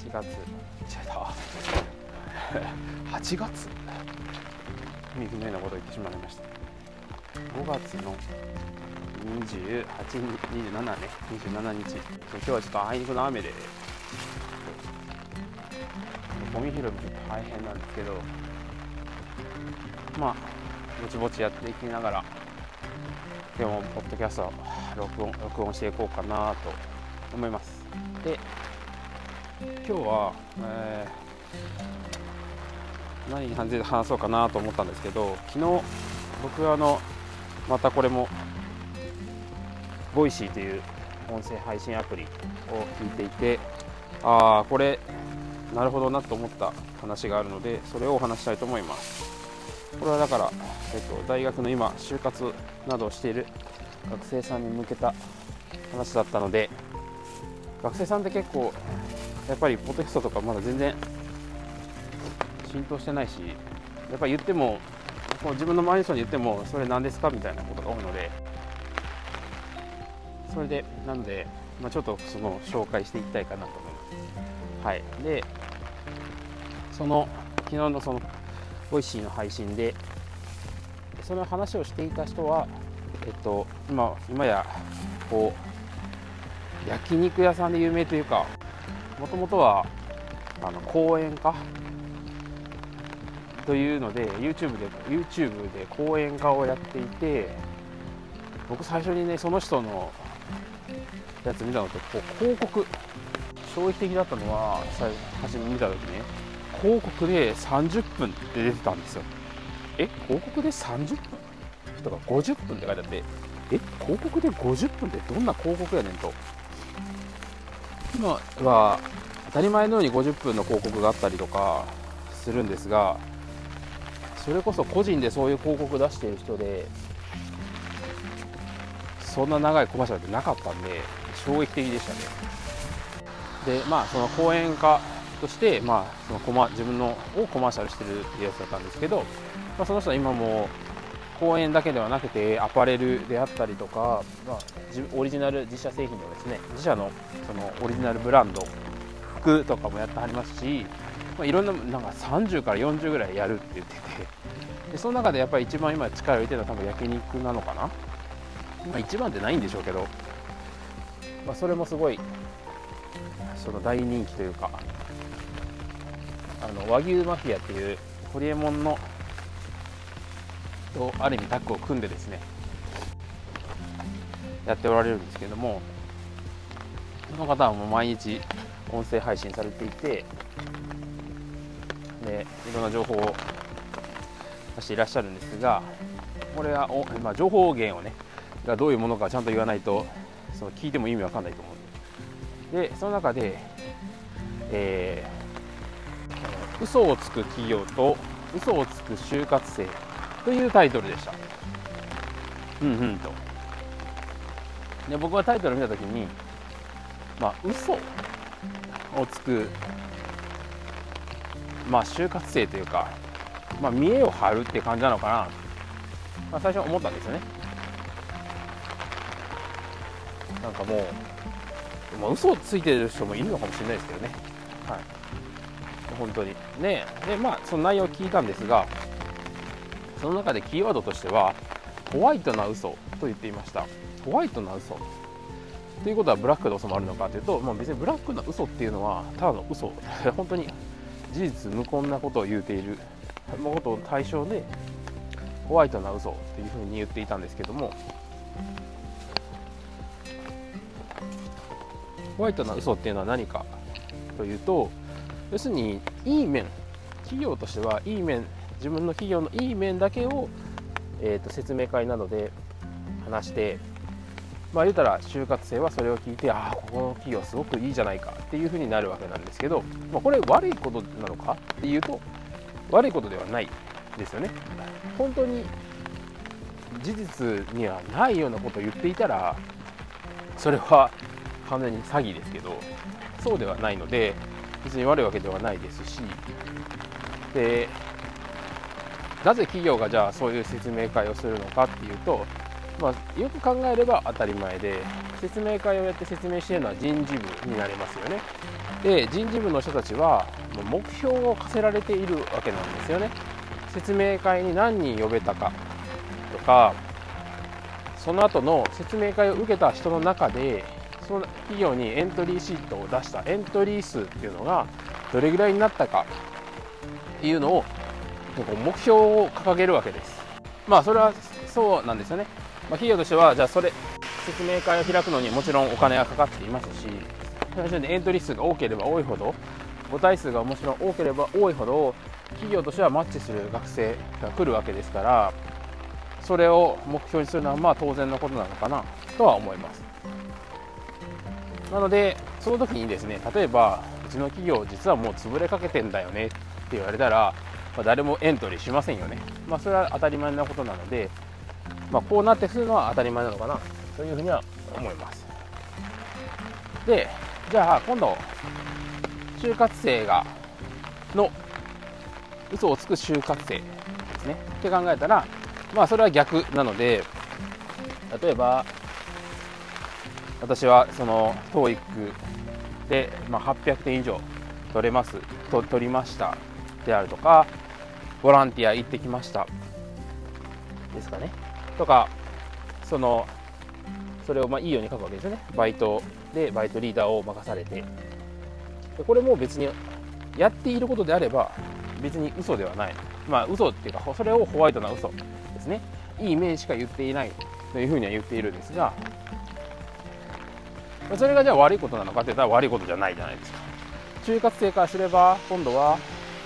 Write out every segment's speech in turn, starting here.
月、違った8月右のようなことを言ってしまいました。5月の28、27ね、27日。今日はちょっとあいにくの雨で、ゴミ拾いもちょっと大変なんですけど、まあぼちぼちやっていきながら、今日もポッドキャストを録音していこうかなと思います。で、今日は、何について話そうかなと思ったんですけど、昨日僕はまたこれもボイシーという音声配信アプリを聞いていて、これなるほどなと思った話があるので、それをお話したいと思います。これはだから、大学の今就活などをしている学生さんに向けた話だったので、学生さんって結構やっぱりポッドキャストとかまだ全然浸透してないし、やっぱり言っても自分の周りの人に言ってもそれ何ですかみたいなことが多いので、それでなので、ちょっとその紹介していきたいかなと思います。はい。で、昨日のそのボイシーの配信でその話をしていた人は、今やこう焼肉屋さんで有名というか、もともとは講演家というので YouTube で講演家をやっていて、僕最初にねその人のやつ見たのと、広告衝撃的だったのは、初め見た時ね、広告で30分って出てたんですよ。広告で30分とか50分って書いてあって、広告で50分ってどんな広告やねんと。今は当たり前のように50分の広告があったりとかするんですが、それこそ個人でそういう広告出している人でそんな長いコマーシャルってなかったんで衝撃的でしたね。で、その講演家として、その自分のをコマーシャルしてるっていうやつだったんですけど、その人は今も講演だけではなくてアパレルであったりとか、オリジナル自社製品のですね、自社のそのオリジナルブランド服とかもやってはりますし、いろんななんか30から40ぐらいやるって言ってて、でその中でやっぱり一番今力を入れてるのは多分焼肉なのかな。一番ってないんでしょうけど、それもすごいその大人気というか、和牛マフィアっていうホリエモンのとある意味タッグを組んでですねやっておられるんですけれども、その方はもう毎日音声配信されていて、でいろんな情報を出していらっしゃるんですが、これは情報源をねがどういうものかちゃんと言わないとその聞いても意味わかんないと思う。でその中で、嘘をつく企業と嘘をつく就活生というタイトルでした。とで僕はタイトルを見たときに、嘘をつく就活生というか、見栄を張るって感じなのかな、最初思ったんですよね。なんかもう、嘘をついてる人もいるのかもしれないですけどね。はい、本当にね。でその内容を聞いたんですが、その中でキーワードとしてはホワイトな嘘と言っていました。ホワイトな嘘ということはブラックな嘘もあるのかというと、別にブラックな嘘っていうのはただの嘘本当に事実無根なことを言うていることを対象でホワイトな嘘というふうに言っていたんですけども、ホワイトな嘘っていうのは何かというと、要するにいい面、企業としてはいい面、自分の企業のいい面だけを、説明会などで話して、言うたら就活生はそれを聞いて、ここの企業すごくいいじゃないかっていうふうになるわけなんですけど、これ悪いことなのかっていうと悪いことではないですよね。本当に事実にはないようなことを言っていたらそれは完全に詐欺ですけど、そうではないので別に悪いわけではないですし、でなぜ企業がじゃあそういう説明会をするのかっていうと、よく考えれば当たり前で、説明会をやって説明しているのは人事部になりますよね。 で人事部の人たちは目標を課せられているわけなんですよね。説明会に何人呼べたかとか、その後の説明会を受けた人の中でその企業にエントリーシートを出したエントリー数っていうのがどれぐらいになったかっていうのを目標を掲げるわけです。それはそうなんですよね。企業としてはじゃあそれ説明会を開くのにもちろんお金がかかっていますし、最初にエントリー数が多ければ多いほど、母体数がもちろん多ければ多いほど企業としてはマッチする学生が来るわけですから、それを目標にするのは当然のことなのかなとは思います。なのでその時にですね、例えばうちの企業実はもう潰れかけてんだよねって言われたら、誰もエントリーしませんよね。それは当たり前なことなので、こうなってくるのは当たり前なのかなというふうには思います。で、じゃあ今度就活生の嘘をつく就活生ですねって考えたら、それは逆なので、例えば私はその TOEIC で800点以上取りましたであるとか、ボランティア行ってきましたですかねとか、それをいいように書くわけですよね。バイトリーダーを任されて、これも別にやっていることであれば別に嘘ではない、嘘っていうかそれをホワイトな嘘ですね。いい面しか言っていないというふうには言っているんですが、それがじゃあ悪いことなのかって言ったら悪いことじゃないじゃないですか。就活生からすれば今度は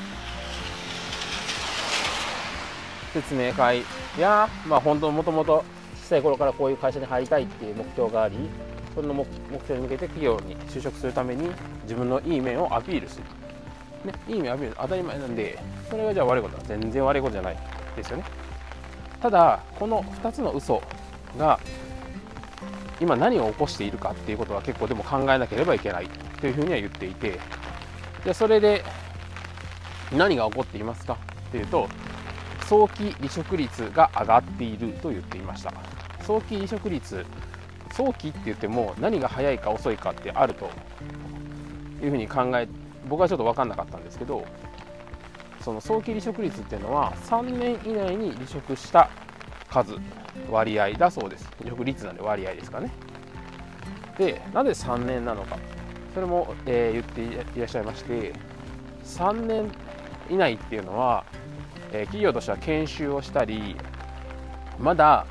説明会や本当もともと小さい頃からこういう会社に入りたいっていう目標があり、その目標に向けて企業に就職するために自分のいい面をアピールする、いい面をアピール当たり前なんで、それがじゃあ悪いことは全然悪いことじゃないですよね。ただこの2つの嘘が今何を起こしているかっていうことは結構でも考えなければいけないというふうには言っていて、でそれで何が起こっていますかというと、早期離職率が上がっていると言っていました。早期離職率、早期って言っても何が早いか遅いかってあるというふうに僕はちょっと分かんなかったんですけど、その早期離職率っていうのは3年以内に離職した割合だそうです。離職率なんで割合ですかね。で、なぜ3年なのか、それも、言っていらっしゃいまして、3年以内っていうのは、企業としては研修をしたり、まだ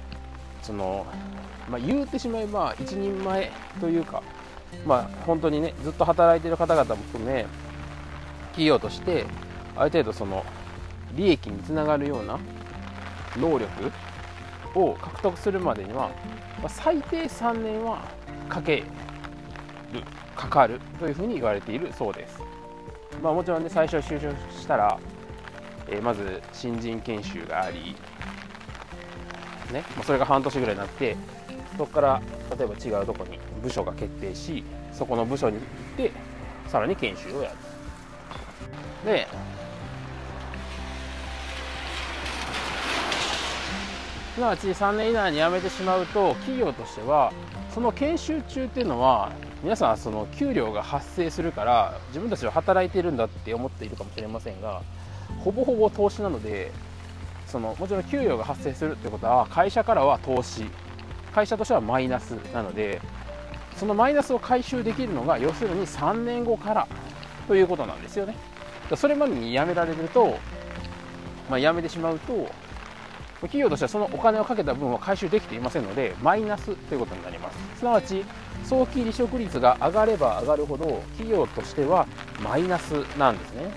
言うてしまえば一人前というか、本当にねずっと働いている方々も含め、企業としてある程度利益につながるような能力を獲得するまでには、最低3年はかかるというふうに言われているそうです。もちろんね、最初就職したら、まず新人研修があり、それが半年ぐらいになって、そこから例えば違うところに部署が決定し、そこの部署に行ってさらに研修をやる。ですなわち3年以内に辞めてしまうと、企業としてはその研修中っていうのは皆さんその給料が発生するから自分たちは働いているんだって思っているかもしれませんが、ほぼほぼ投資なので、もちろん給料が発生するってことは会社からは投資、会社としてはマイナスなので、そのマイナスを回収できるのが要するに3年後からということなんですよね。それまでに辞められると、辞めてしまうと企業としてはそのお金をかけた分は回収できていませんのでマイナスということになります。すなわち早期離職率が上がれば上がるほど企業としてはマイナスなんですね。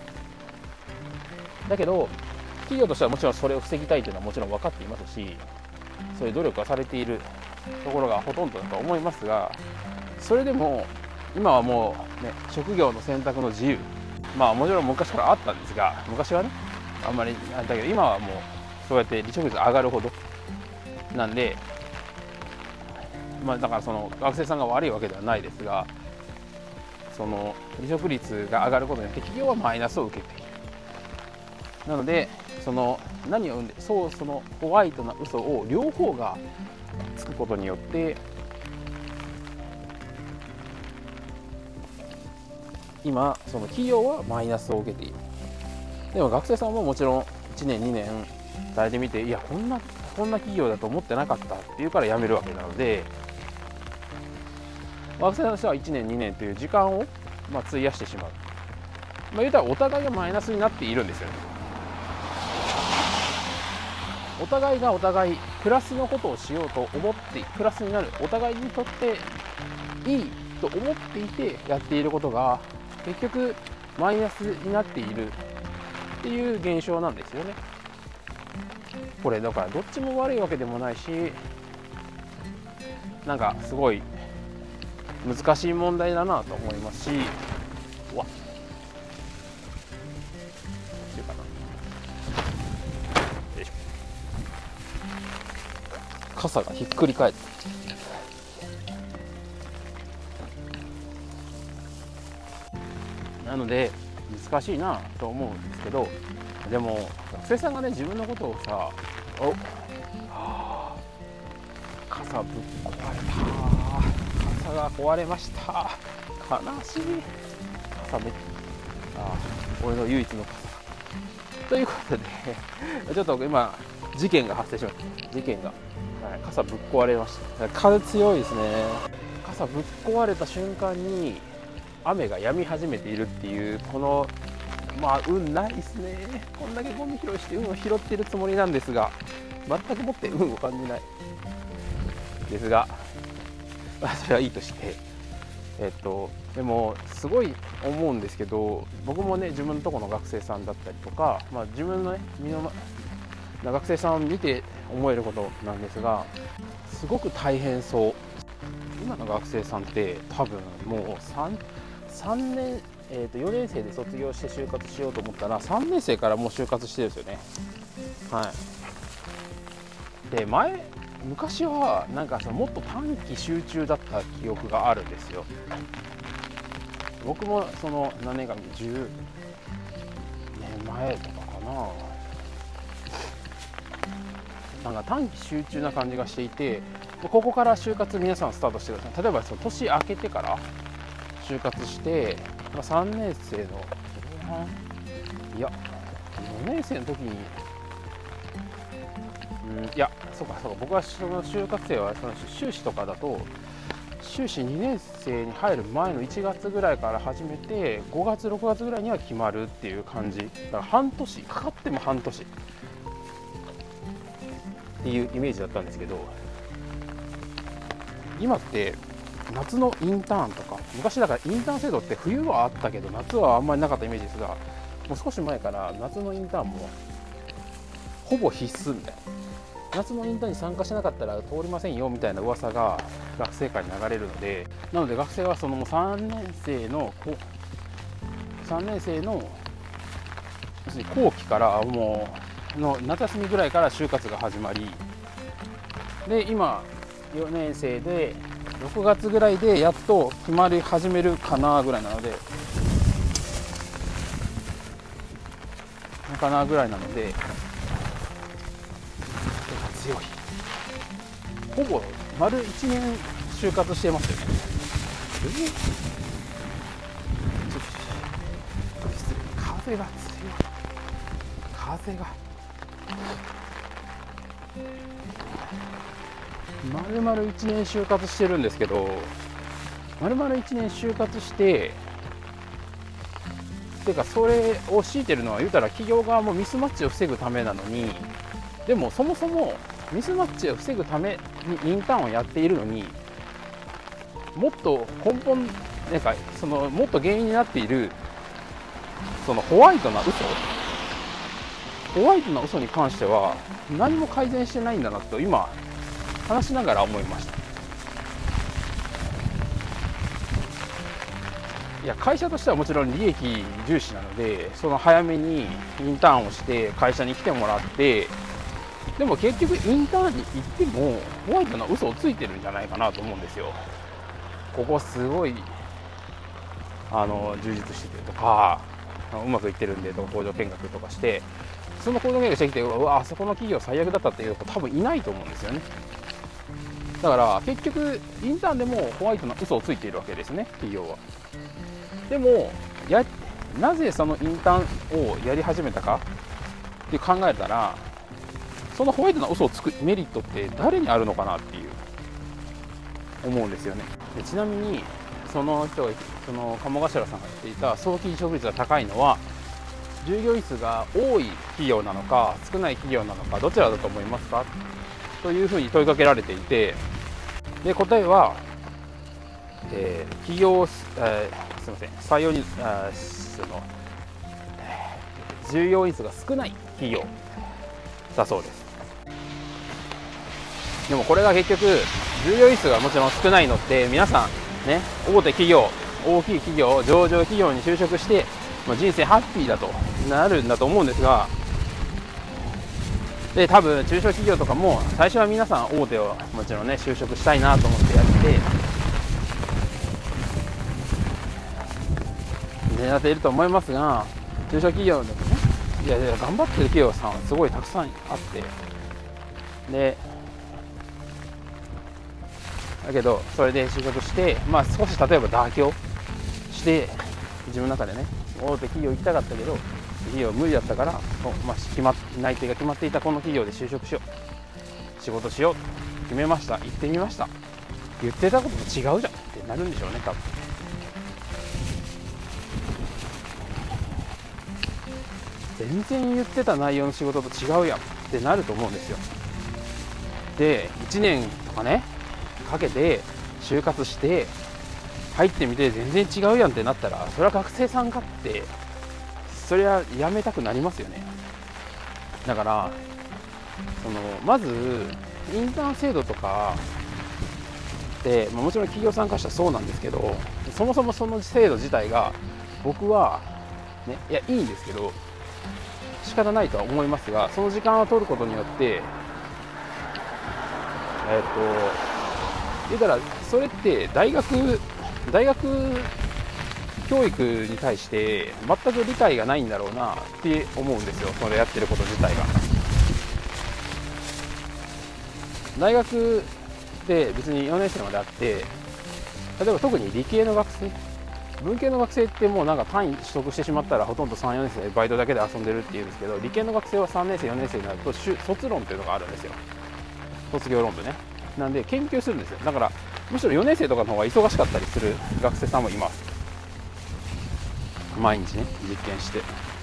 だけど企業としてはもちろんそれを防ぎたいというのはもちろん分かっていますし、そういう努力がされているところがほとんどだと思いますが、それでも今はもう、職業の選択の自由、もちろん昔からあったんですが、昔はねあんまりだけど今はもうそうやって離職率上がるほどなんで、だからその学生さんが悪いわけではないですが、その離職率が上がることによって企業はマイナスを受けている。なので何を生んでそのホワイトな嘘を両方がつくことによって今その企業はマイナスを受けている。でも学生さんももちろん1年2年耐えてみて、いやこんな企業だと思ってなかったっていうから辞めるわけなので、学生としては1年2年という時間を費やしてしまう。言うたらお互いがマイナスになっているんですよね。お互いがお互いプラスのことをしようと思ってプラスになる、お互いにとっていいと思っていてやっていることが結局マイナスになっているっていう現象なんですよね。これだからどっちも悪いわけでもないし、なんかすごい難しい問題だなと思いますし、うわっ傘がひっくり返ってなので難しいなと思うんですけど、でも学生さんがね自分のことをさ、傘ぶっ壊れた、傘が壊れました、悲しい、傘俺の唯一の傘ということでちょっと今事件が発生しました。事件が、傘ぶっ壊れました。風強いですね。傘ぶっ壊れた瞬間に雨が止み始めているっていう、この運ないですね。こんだけゴミ拾いして運を拾っているつもりなんですが、全くもって運を感じないですが、それはいいとして、でもすごい思うんですけど、僕もね自分のところの学生さんだったりとか、自分のね学生さんを見て思えることなんですが、すごく大変そう。今の学生さんって多分もう3年、4年生で卒業して就活しようと思ったら3年生からもう就活してるんですよね。で昔はなんかもっと短期集中だった記憶があるんですよ。僕もその何年か10年前とかかな、なんか短期集中な感じがしていて、ここから就活皆さんスタートしてください。例えばその年明けてから就活して、3年生のいや4年生の時にいやそうか僕はその就活生はその修士とかだと修士2年生に入る前の1月ぐらいから始めて5月6月ぐらいには決まるっていう感じだから、半年かかっても半年っていうイメージだったんですけど、今って夏のインターンとか、昔だからインターン制度って冬はあったけど夏はあんまりなかったイメージですが、もう少し前から夏のインターンもほぼ必須みたいな、夏のインターンに参加しなかったら通りませんよみたいな噂が学生界に流れるので、なので学生はそのもう3年生の要するに後期からもうの夏休みぐらいから就活が始まり、で今4年生で6月ぐらいでやっと決まり始めるかなぐらいなので強い。ほぼ丸1年就活してますよね。風が強い。風が丸々1年就活してるんですけど、丸々1年就活しててかそれを強いてるのは言うたら企業側もミスマッチを防ぐためなのに、でもそもそもミスマッチを防ぐためにインターンをやっているのに、もっと根本なんかそのもっと原因になっているそのホワイトな嘘に関しては何も改善してないんだなと今話しながら思いました。いや会社としてはもちろん利益重視なので、その早めにインターンをして会社に来てもらって、でも結局インターンに行ってもホワイトな嘘をついてるんじゃないかなと思うんですよ。ここすごい充実しててとかうまくいってるんでとか工場見学とかして、その工場見学してきてあそこの企業最悪だったっていう子多分いないと思うんですよね。だから結局インターンでもホワイトな嘘をついているわけですね、企業は。でもなぜそのインターンをやり始めたかって考えたら、そのホワイトな嘘をつくメリットって誰にあるのかなっていう思うんですよね。でちなみにその鴨頭さんが言っていた早期離職率が高いのは、従業員数が多い企業なのか少ない企業なのかどちらだと思いますかというふうに問いかけられていて、で答えは、企業、すみません、採用に従業員数が少ない企業だそうです。でもこれが結局従業員数がもちろん少ないのって皆さんね、大手企業、大きい企業、上場企業に就職して、人生ハッピーだとなるんだと思うんですが、で多分中小企業とかも最初は皆さん大手をもちろんね就職したいなと思ってやって狙っていると思いますが、中小企業でもね、いや頑張ってる企業さんはすごいたくさんあって、でだけどそれで就職して、少し例えば妥協して自分の中でね、大手企業行きたかったけど企業無理だったから、内定が決まっていたこの企業で就職しよう、仕事しようと決めました、行ってみました、言ってたことと違うじゃんってなるんでしょうね、多分。全然言ってた内容の仕事と違うやんってなると思うんですよ。で1年とかねかけて就活して入ってみて全然違うやんってなったら、それは学生さんかってそれは辞めたくなりますよね。だからまずインターン制度とかで、もちろん企業参加者はそうなんですけど、そもそもその制度自体が僕はね、いいんですけど仕方ないとは思いますが、その時間を取ることによって言ったらそれって大学教育に対して全く理解がないんだろうなって思うんですよ、それやってること自体が。大学で別に4年生まであって、例えば特に理系の学生、文系の学生ってもうなんか単位取得してしまったらほとんど3、4年生でバイトだけで遊んでるっていうんですけど、理系の学生は3年生、4年生になると卒論っていうのがあるんですよ、卒業論文ね。なんで研究するんですよ。だからむしろ4年生とかの方が忙しかったりする学生さんもいます。毎日ね実験して、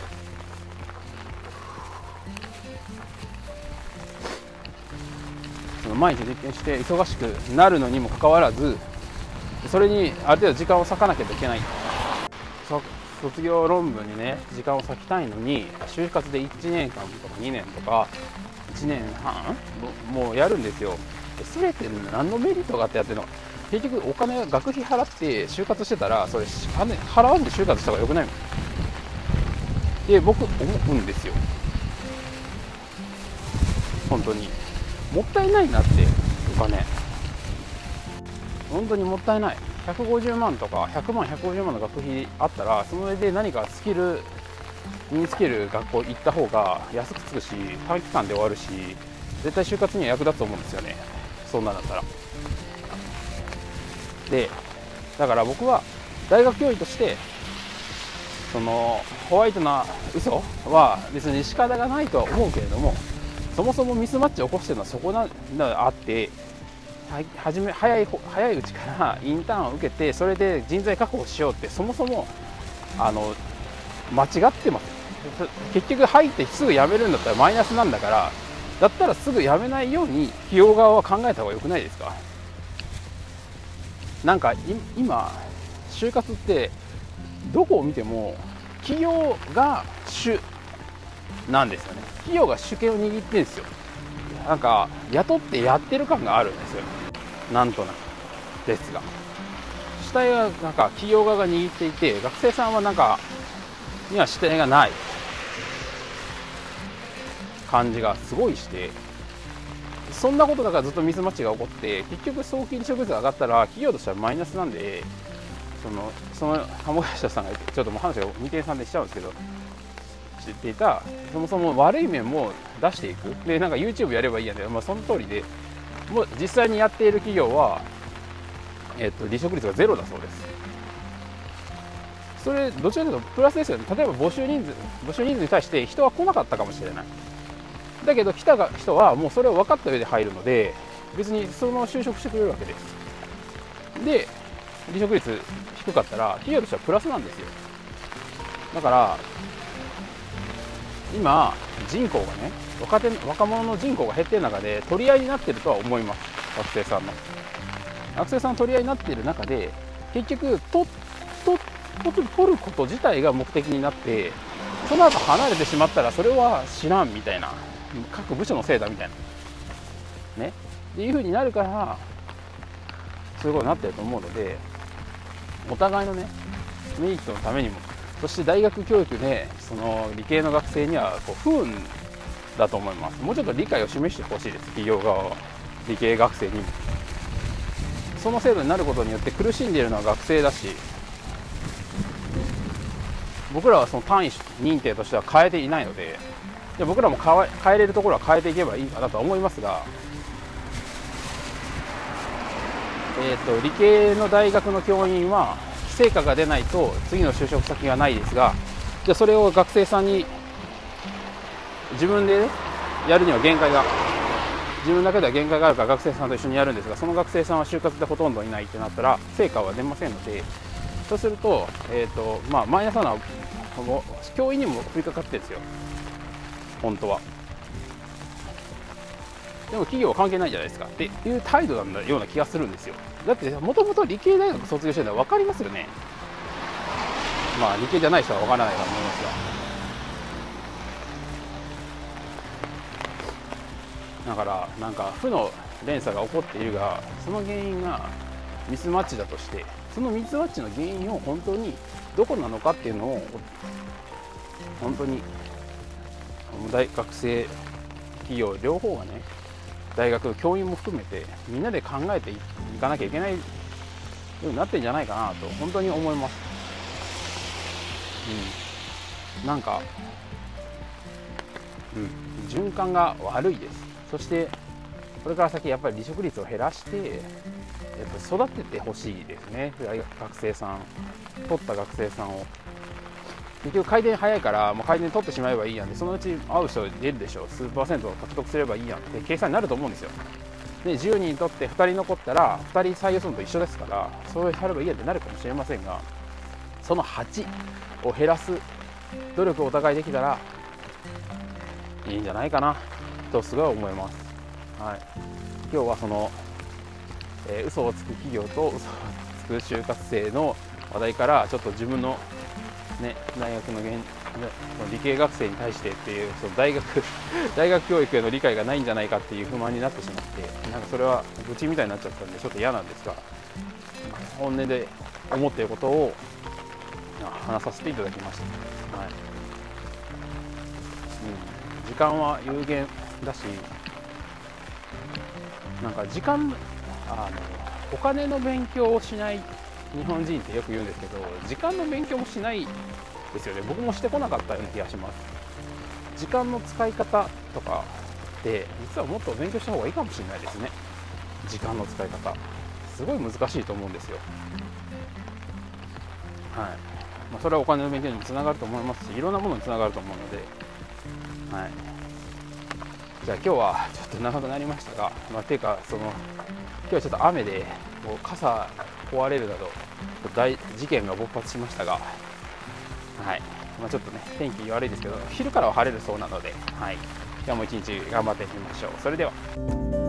毎日実験して忙しくなるのにもかかわらず、それにある程度時間を割かなきゃいけない、卒業論文にね時間を割きたいのに就活で1年間とか2年とか1年半もうやるんですよ。それって何のメリットがあってやってるの？結局お金、学費払って就活してたら、それ金払わずに就活した方がよくないのって僕思うんですよ。本当にもったいないなって、お金本当にもったいない。150万とか100万150万の学費あったら、それで何かスキル身につける学校行った方が安くつくし、短期間で終わるし、絶対就活には役立つと思うんですよね、そんなんだったら。でだから僕は大学教員としてホワイトな嘘は別に仕方がないとは思うけれども、そもそもミスマッチを起こしてるのはそこがあって、早いうちからインターンを受けて、それで人材確保しようってそもそも間違ってます。結局入ってすぐ辞めるんだったらマイナスなんだから、だったらすぐ辞めないように企業側は考えた方がよくないですか。なんか今就活ってどこを見ても企業が主なんですよね。企業が主権を握ってるんですよ。なんか雇ってやってる感があるんですよ、なんとなくですが、主体はなんか企業側が握っていて、学生さんはなんかには主体がない感じがすごいして、そんなことだからずっとミスマッチが起こって、結局早期離職率が上がったら企業としてはマイナスなんで、その鴨頭さんがちょっともう話が二転三転しちゃうんですけど、知っていたそもそも悪い面も出していく。でなんか YouTube やればいいやね、その通りで、もう実際にやっている企業は、離職率がゼロだそうです。 それどちらかというとプラスですよね。例えば募集人数に対して人は来なかったかもしれない。だけど来た人はもうそれを分かった上で入るので、別にその就職してくれるわけです。で離職率低かったら企業としてはプラスなんですよ。だから今人口がね、若者の人口が減っている中で取り合いになっているとは思います。学生さんの取り合いになっている中で、結局取ること自体が目的になって、その後離れてしまったらそれは知らんみたいな、各部署のせいだみたいなねっていう風になるから、そういうことになってると思うので、お互いのねメリットのためにも、そして大学教育でその理系の学生にはこう不運だと思います。もうちょっと理解を示してほしいです。企業側は理系学生にも。その制度になることによって苦しんでいるのは学生だし、僕らはその単位認定としては変えていないので、僕らも変えれるところは変えていけばいいかなとは思いますが、理系の大学の教員は成果が出ないと次の就職先がないですが、じゃあそれを学生さんに自分で、ね、やるには限界が、自分だけでは限界があるから学生さんと一緒にやるんですが、その学生さんは就活でほとんどいないってなったら成果は出ませんので、そうすると、マイナスなのは教員にも降りかかってるんですよ、本当は。でも企業は関係ないじゃないですかっていう態度なんだような気がするんですよ。だってもともと理系大学卒業してるのは分かりますよね。まあ理系じゃない人は分からないと思いますが、だからなんか負の連鎖が起こっているが、その原因がミスマッチだとして、そのミスマッチの原因を本当にどこなのかっていうのを本当に大学生企業両方がね、大学の教員も含めてみんなで考えていかなきゃいけないようになってるんじゃないかなと本当に思います。なんか、循環が悪いです。そしてこれから先やっぱり離職率を減らして育ててほしいですね。学生さん、取った学生さんを結局回転早いから、もう回転取ってしまえばいいやんで、そのうち会う人出るでしょう、数パーセントを獲得すればいいやんって計算になると思うんですよ。で10人取って2人残ったら2人採用するのと一緒ですから、そうやればいいやってなるかもしれませんが、その8を減らす努力をお互いできたらいいんじゃないかなとすごい思います。はい、今日はその、嘘をつく企業と嘘をつく就活生の話題から、ちょっと自分のね、大学の理系学生に対してっていう、その大学教育への理解がないんじゃないかっていう不満になってしまって、なんかそれは愚痴みたいになっちゃったんでちょっと嫌なんですが、本音で思っていることを話させていただきました。はい、時間は有限だし、なんかお金の勉強をしない日本人ってよく言うんですけど、時間の勉強もしないですよね。僕もしてこなかったような気がします。時間の使い方とかって実はもっと勉強した方がいいかもしれないですね。時間の使い方すごい難しいと思うんですよ。はい、それはお金の勉強にもつながると思いますし、いろんなものにつながると思うので、はい、じゃあ今日はちょっと長くなりましたが、っていうか今日はちょっと雨でもう傘壊れるなど大事件が勃発しましたが、はい、ちょっとね天気悪いですけど昼からは晴れるそうなので、はい、今日も一日頑張っていきましょう。それでは。